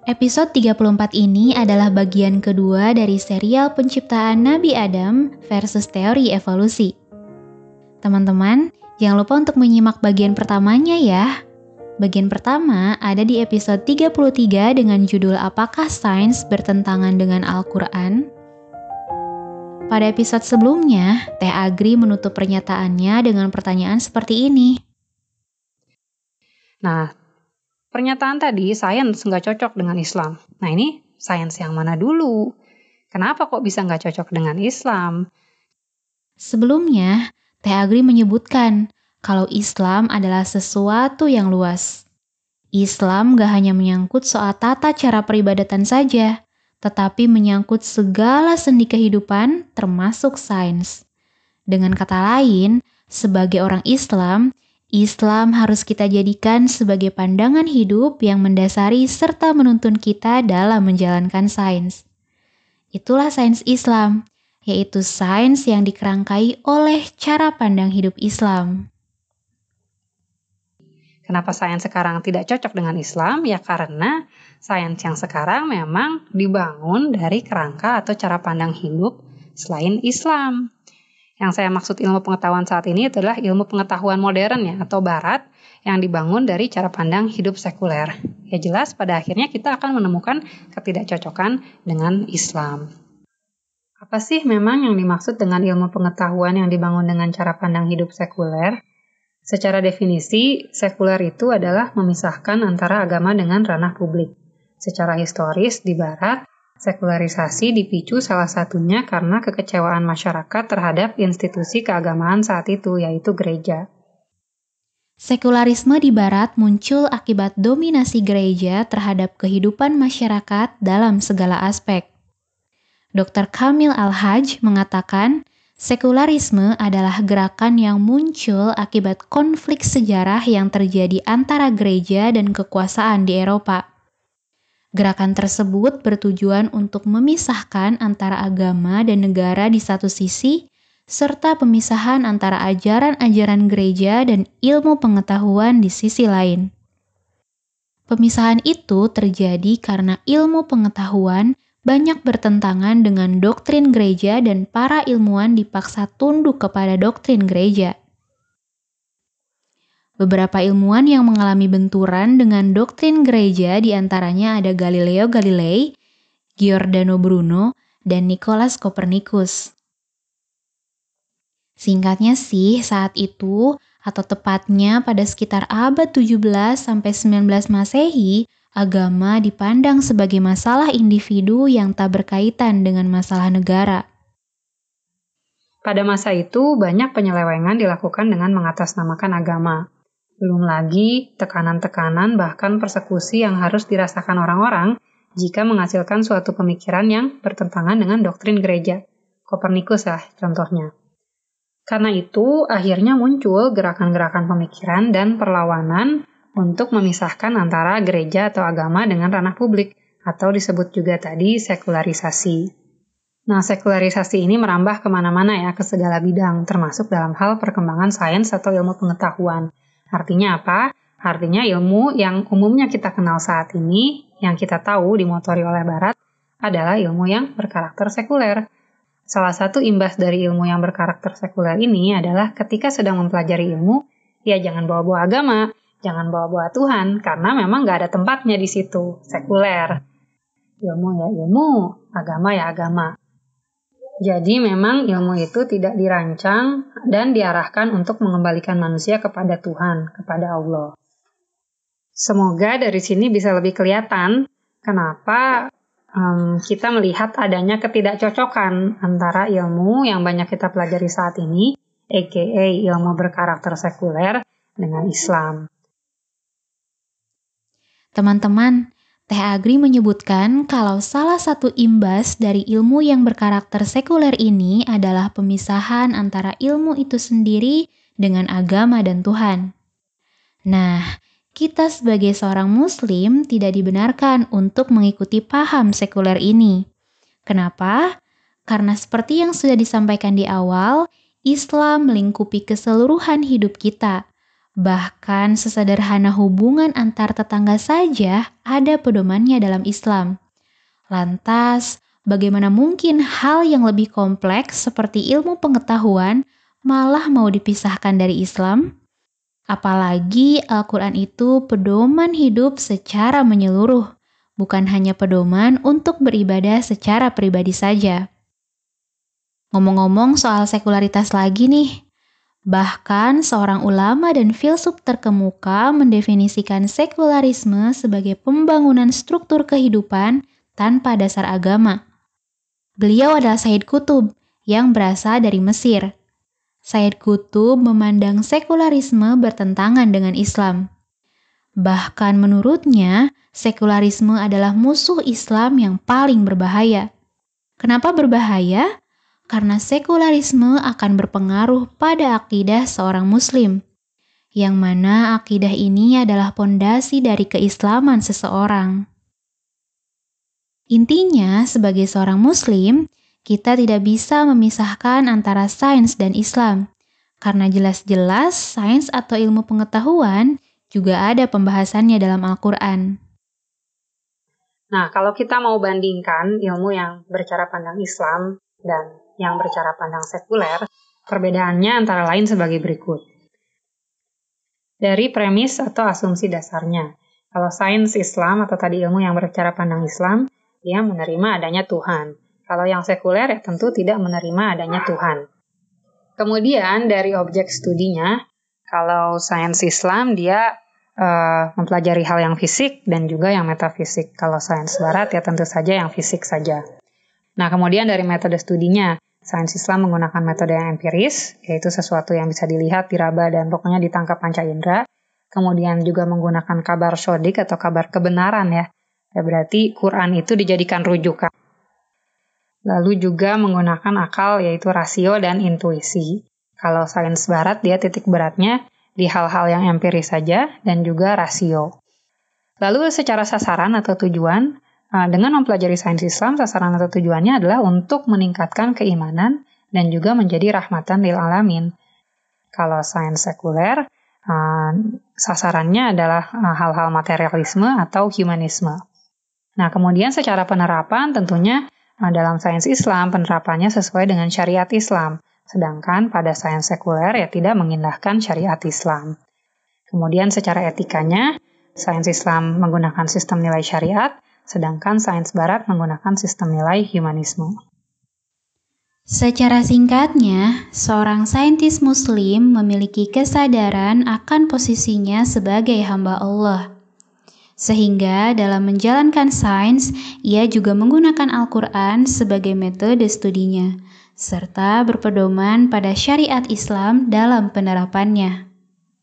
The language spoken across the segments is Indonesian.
Episode 34 ini adalah bagian kedua dari serial penciptaan Nabi Adam versus teori evolusi. Teman-teman, jangan lupa untuk menyimak bagian pertamanya ya. Bagian pertama ada di episode 33 dengan judul Apakah Sains Bertentangan dengan Al-Quran? Pada episode sebelumnya, Teh Agri menutup pernyataannya dengan pertanyaan seperti ini. Nah, pernyataan tadi sains nggak cocok dengan Islam. Nah ini sains yang mana dulu? Kenapa kok bisa nggak cocok dengan Islam? Sebelumnya, Teh Agri menyebutkan kalau Islam adalah sesuatu yang luas. Islam gak hanya menyangkut soal tata cara peribadatan saja, tetapi menyangkut segala sendi kehidupan termasuk sains. Dengan kata lain, sebagai orang Islam, Islam harus kita jadikan sebagai pandangan hidup yang mendasari serta menuntun kita dalam menjalankan sains. Itulah sains Islam, yaitu sains yang dikerangkai oleh cara pandang hidup Islam. Kenapa sains sekarang tidak cocok dengan Islam? Ya karena sains yang sekarang memang dibangun dari kerangka atau cara pandang hidup selain Islam. Yang saya maksud ilmu pengetahuan saat ini adalah ilmu pengetahuan modern ya, atau barat yang dibangun dari cara pandang hidup sekuler. Ya jelas pada akhirnya kita akan menemukan ketidakcocokan dengan Islam. Apa sih memang yang dimaksud dengan ilmu pengetahuan yang dibangun dengan cara pandang hidup sekuler? Secara definisi, sekuler itu adalah memisahkan antara agama dengan ranah publik. Secara historis di barat, sekularisasi dipicu salah satunya karena kekecewaan masyarakat terhadap institusi keagamaan saat itu, yaitu gereja. Sekularisme di barat muncul akibat dominasi gereja terhadap kehidupan masyarakat dalam segala aspek. Dr. Kamil Al-Hajj mengatakan, sekularisme adalah gerakan yang muncul akibat konflik sejarah yang terjadi antara gereja dan kekuasaan di Eropa. Gerakan tersebut bertujuan untuk memisahkan antara agama dan negara di satu sisi, serta pemisahan antara ajaran-ajaran gereja dan ilmu pengetahuan di sisi lain. Pemisahan itu terjadi karena ilmu pengetahuan banyak bertentangan dengan doktrin gereja dan para ilmuwan dipaksa tunduk kepada doktrin gereja. Beberapa ilmuwan yang mengalami benturan dengan doktrin gereja diantaranya ada Galileo Galilei, Giordano Bruno, dan Nicolaus Copernicus. Singkatnya sih, saat itu, atau tepatnya pada sekitar abad 17-19 Masehi, agama dipandang sebagai masalah individu yang tak berkaitan dengan masalah negara. Pada masa itu, banyak penyelewengan dilakukan dengan mengatasnamakan agama. Belum lagi tekanan-tekanan bahkan persekusi yang harus dirasakan orang-orang jika menghasilkan suatu pemikiran yang bertentangan dengan doktrin gereja. Kopernikus lah contohnya. Karena itu, akhirnya muncul gerakan-gerakan pemikiran dan perlawanan untuk memisahkan antara gereja atau agama dengan ranah publik, atau disebut juga tadi sekularisasi. Nah, sekularisasi ini merambah kemana-mana ya, ke segala bidang, termasuk dalam hal perkembangan sains atau ilmu pengetahuan. Artinya apa? Artinya ilmu yang umumnya kita kenal saat ini, yang kita tahu dimotori oleh Barat, adalah ilmu yang berkarakter sekuler. Salah satu imbas dari ilmu yang berkarakter sekuler ini adalah ketika sedang mempelajari ilmu, ya jangan bawa-bawa agama, jangan bawa-bawa Tuhan, karena memang nggak ada tempatnya di situ, sekuler. Ilmu ya ilmu, agama ya agama. Jadi memang ilmu itu tidak dirancang dan diarahkan untuk mengembalikan manusia kepada Tuhan, kepada Allah. Semoga dari sini bisa lebih kelihatan kenapa kita melihat adanya ketidakcocokan antara ilmu yang banyak kita pelajari saat ini, aka ilmu berkarakter sekuler, dengan Islam. Teman-teman, Teh Agri menyebutkan kalau salah satu imbas dari ilmu yang berkarakter sekuler ini adalah pemisahan antara ilmu itu sendiri dengan agama dan Tuhan. Nah, kita sebagai seorang Muslim tidak dibenarkan untuk mengikuti paham sekuler ini. Kenapa? Karena seperti yang sudah disampaikan di awal, Islam melingkupi keseluruhan hidup kita, Bahkan sesederhana hubungan antar tetangga saja ada pedomannya dalam Islam. Lantas, bagaimana mungkin hal yang lebih kompleks seperti ilmu pengetahuan malah mau dipisahkan dari Islam? Apalagi Al-Quran itu pedoman hidup secara menyeluruh, bukan hanya pedoman untuk beribadah secara pribadi saja. Ngomong-ngomong soal sekularitas lagi nih, bahkan seorang ulama dan filsuf terkemuka mendefinisikan sekularisme sebagai pembangunan struktur kehidupan tanpa dasar agama. Beliau adalah Sayyid Qutb yang berasal dari Mesir. Sayyid Qutb memandang sekularisme bertentangan dengan Islam. Bahkan menurutnya, sekularisme adalah musuh Islam yang paling berbahaya. Kenapa berbahaya? Karena sekularisme akan berpengaruh pada akidah seorang muslim, yang mana akidah ini adalah pondasi dari keislaman seseorang. Intinya, sebagai seorang muslim, kita tidak bisa memisahkan antara sains dan Islam, karena jelas-jelas sains atau ilmu pengetahuan juga ada pembahasannya dalam Al-Quran. Nah, kalau kita mau bandingkan ilmu yang bercara pandang Islam dan yang bercara pandang sekuler, perbedaannya antara lain sebagai berikut. Dari premis atau asumsi dasarnya, kalau sains Islam atau tadi ilmu yang bercara pandang Islam, dia menerima adanya Tuhan. Kalau yang sekuler ya tentu tidak menerima adanya Tuhan. Kemudian dari objek studinya, kalau sains Islam dia mempelajari hal yang fisik dan juga yang metafisik. Kalau sains barat ya tentu saja yang fisik saja. Nah, kemudian dari metode studinya, sains Islam menggunakan metode yang empiris, yaitu sesuatu yang bisa dilihat, diraba, dan pokoknya ditangkap panca indera. Kemudian juga menggunakan kabar sodik atau kabar kebenaran ya. Berarti Quran itu dijadikan rujukan. Lalu juga menggunakan akal, yaitu rasio dan intuisi. Kalau sains barat, dia titik beratnya di hal-hal yang empiris saja dan juga rasio. Lalu secara sasaran atau tujuan, dengan mempelajari sains Islam, sasaran atau tujuannya adalah untuk meningkatkan keimanan dan juga menjadi rahmatan lil alamin. Kalau sains sekuler, sasarannya adalah hal-hal materialisme atau humanisme. Nah, kemudian secara penerapan tentunya dalam sains Islam penerapannya sesuai dengan syariat Islam, sedangkan pada sains sekuler ya tidak mengindahkan syariat Islam. Kemudian secara etikanya, sains Islam menggunakan sistem nilai syariat, sedangkan sains barat menggunakan sistem nilai humanisme. Secara singkatnya, seorang saintis muslim memiliki kesadaran akan posisinya sebagai hamba Allah. Sehingga dalam menjalankan sains, ia juga menggunakan Al-Quran sebagai metode studinya, serta berpedoman pada syariat Islam dalam penerapannya.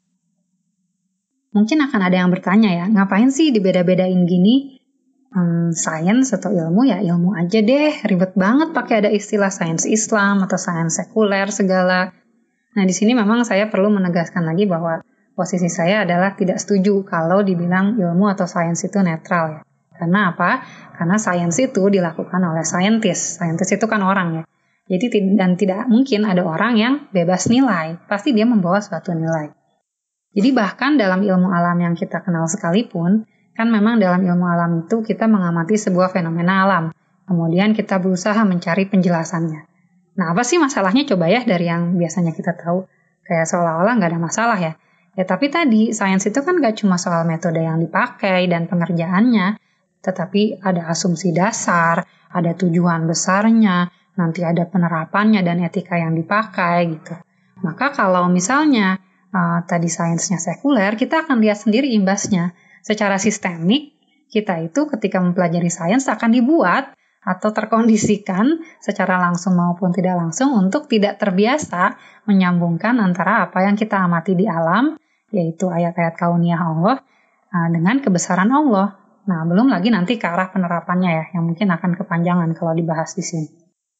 Mungkin akan ada yang bertanya ya, ngapain sih dibeda-bedain gini? Sains atau ilmu ya ilmu aja deh, ribet banget pakai ada istilah sains Islam atau sains sekuler segala. Nah, di sini memang saya perlu menegaskan lagi bahwa posisi saya adalah tidak setuju kalau dibilang ilmu atau sains itu netral ya. Karena apa? Karena sains itu dilakukan oleh saintis. Saintis itu kan orang ya. Jadi dan tidak mungkin ada orang yang bebas nilai. Pasti dia membawa suatu nilai. Jadi bahkan dalam ilmu alam yang kita kenal sekalipun, kan memang dalam ilmu alam itu kita mengamati sebuah fenomena alam. Kemudian kita berusaha mencari penjelasannya. Nah, apa sih masalahnya coba ya dari yang biasanya kita tahu? Kayak seolah-olah nggak ada masalah ya. Ya tapi tadi, sains itu kan nggak cuma soal metode yang dipakai dan pengerjaannya, tetapi ada asumsi dasar, ada tujuan besarnya, nanti ada penerapannya dan etika yang dipakai gitu. Maka kalau misalnya tadi sainsnya sekuler, kita akan lihat sendiri imbasnya. Secara sistemik, kita itu ketika mempelajari sains akan dibuat atau terkondisikan secara langsung maupun tidak langsung untuk tidak terbiasa menyambungkan antara apa yang kita amati di alam, yaitu ayat-ayat kauniyah Allah, dengan kebesaran Allah. Nah, belum lagi nanti ke arah penerapannya ya, yang mungkin akan kepanjangan kalau dibahas di sini.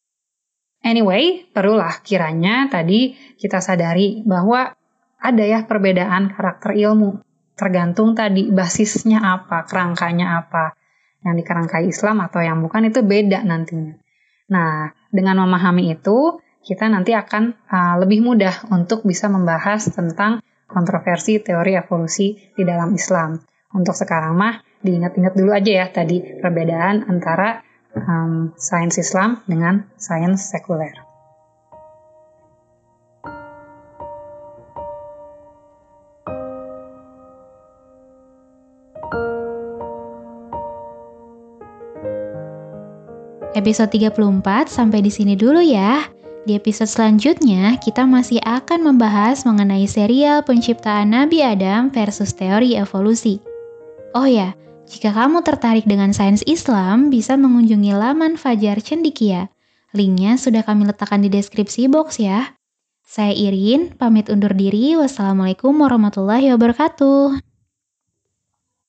Anyway, perlulah kiranya tadi kita sadari bahwa ada ya perbedaan karakter ilmu. Tergantung tadi basisnya apa, kerangkanya apa. Yang dikerangkai Islam atau yang bukan itu beda nantinya. Nah, dengan memahami itu, kita nanti akan lebih mudah untuk bisa membahas tentang kontroversi teori evolusi di dalam Islam. Untuk sekarang mah diingat-ingat dulu aja ya tadi perbedaan antara sains Islam dengan sains sekuler. Episode 34 sampai di sini dulu ya. Di episode selanjutnya, kita masih akan membahas mengenai serial penciptaan Nabi Adam versus teori evolusi. Oh ya, jika kamu tertarik dengan sains Islam, bisa mengunjungi laman Fajar Cendikia. Linknya sudah kami letakkan di deskripsi box ya. Saya Irin, pamit undur diri. Wassalamualaikum warahmatullahi wabarakatuh.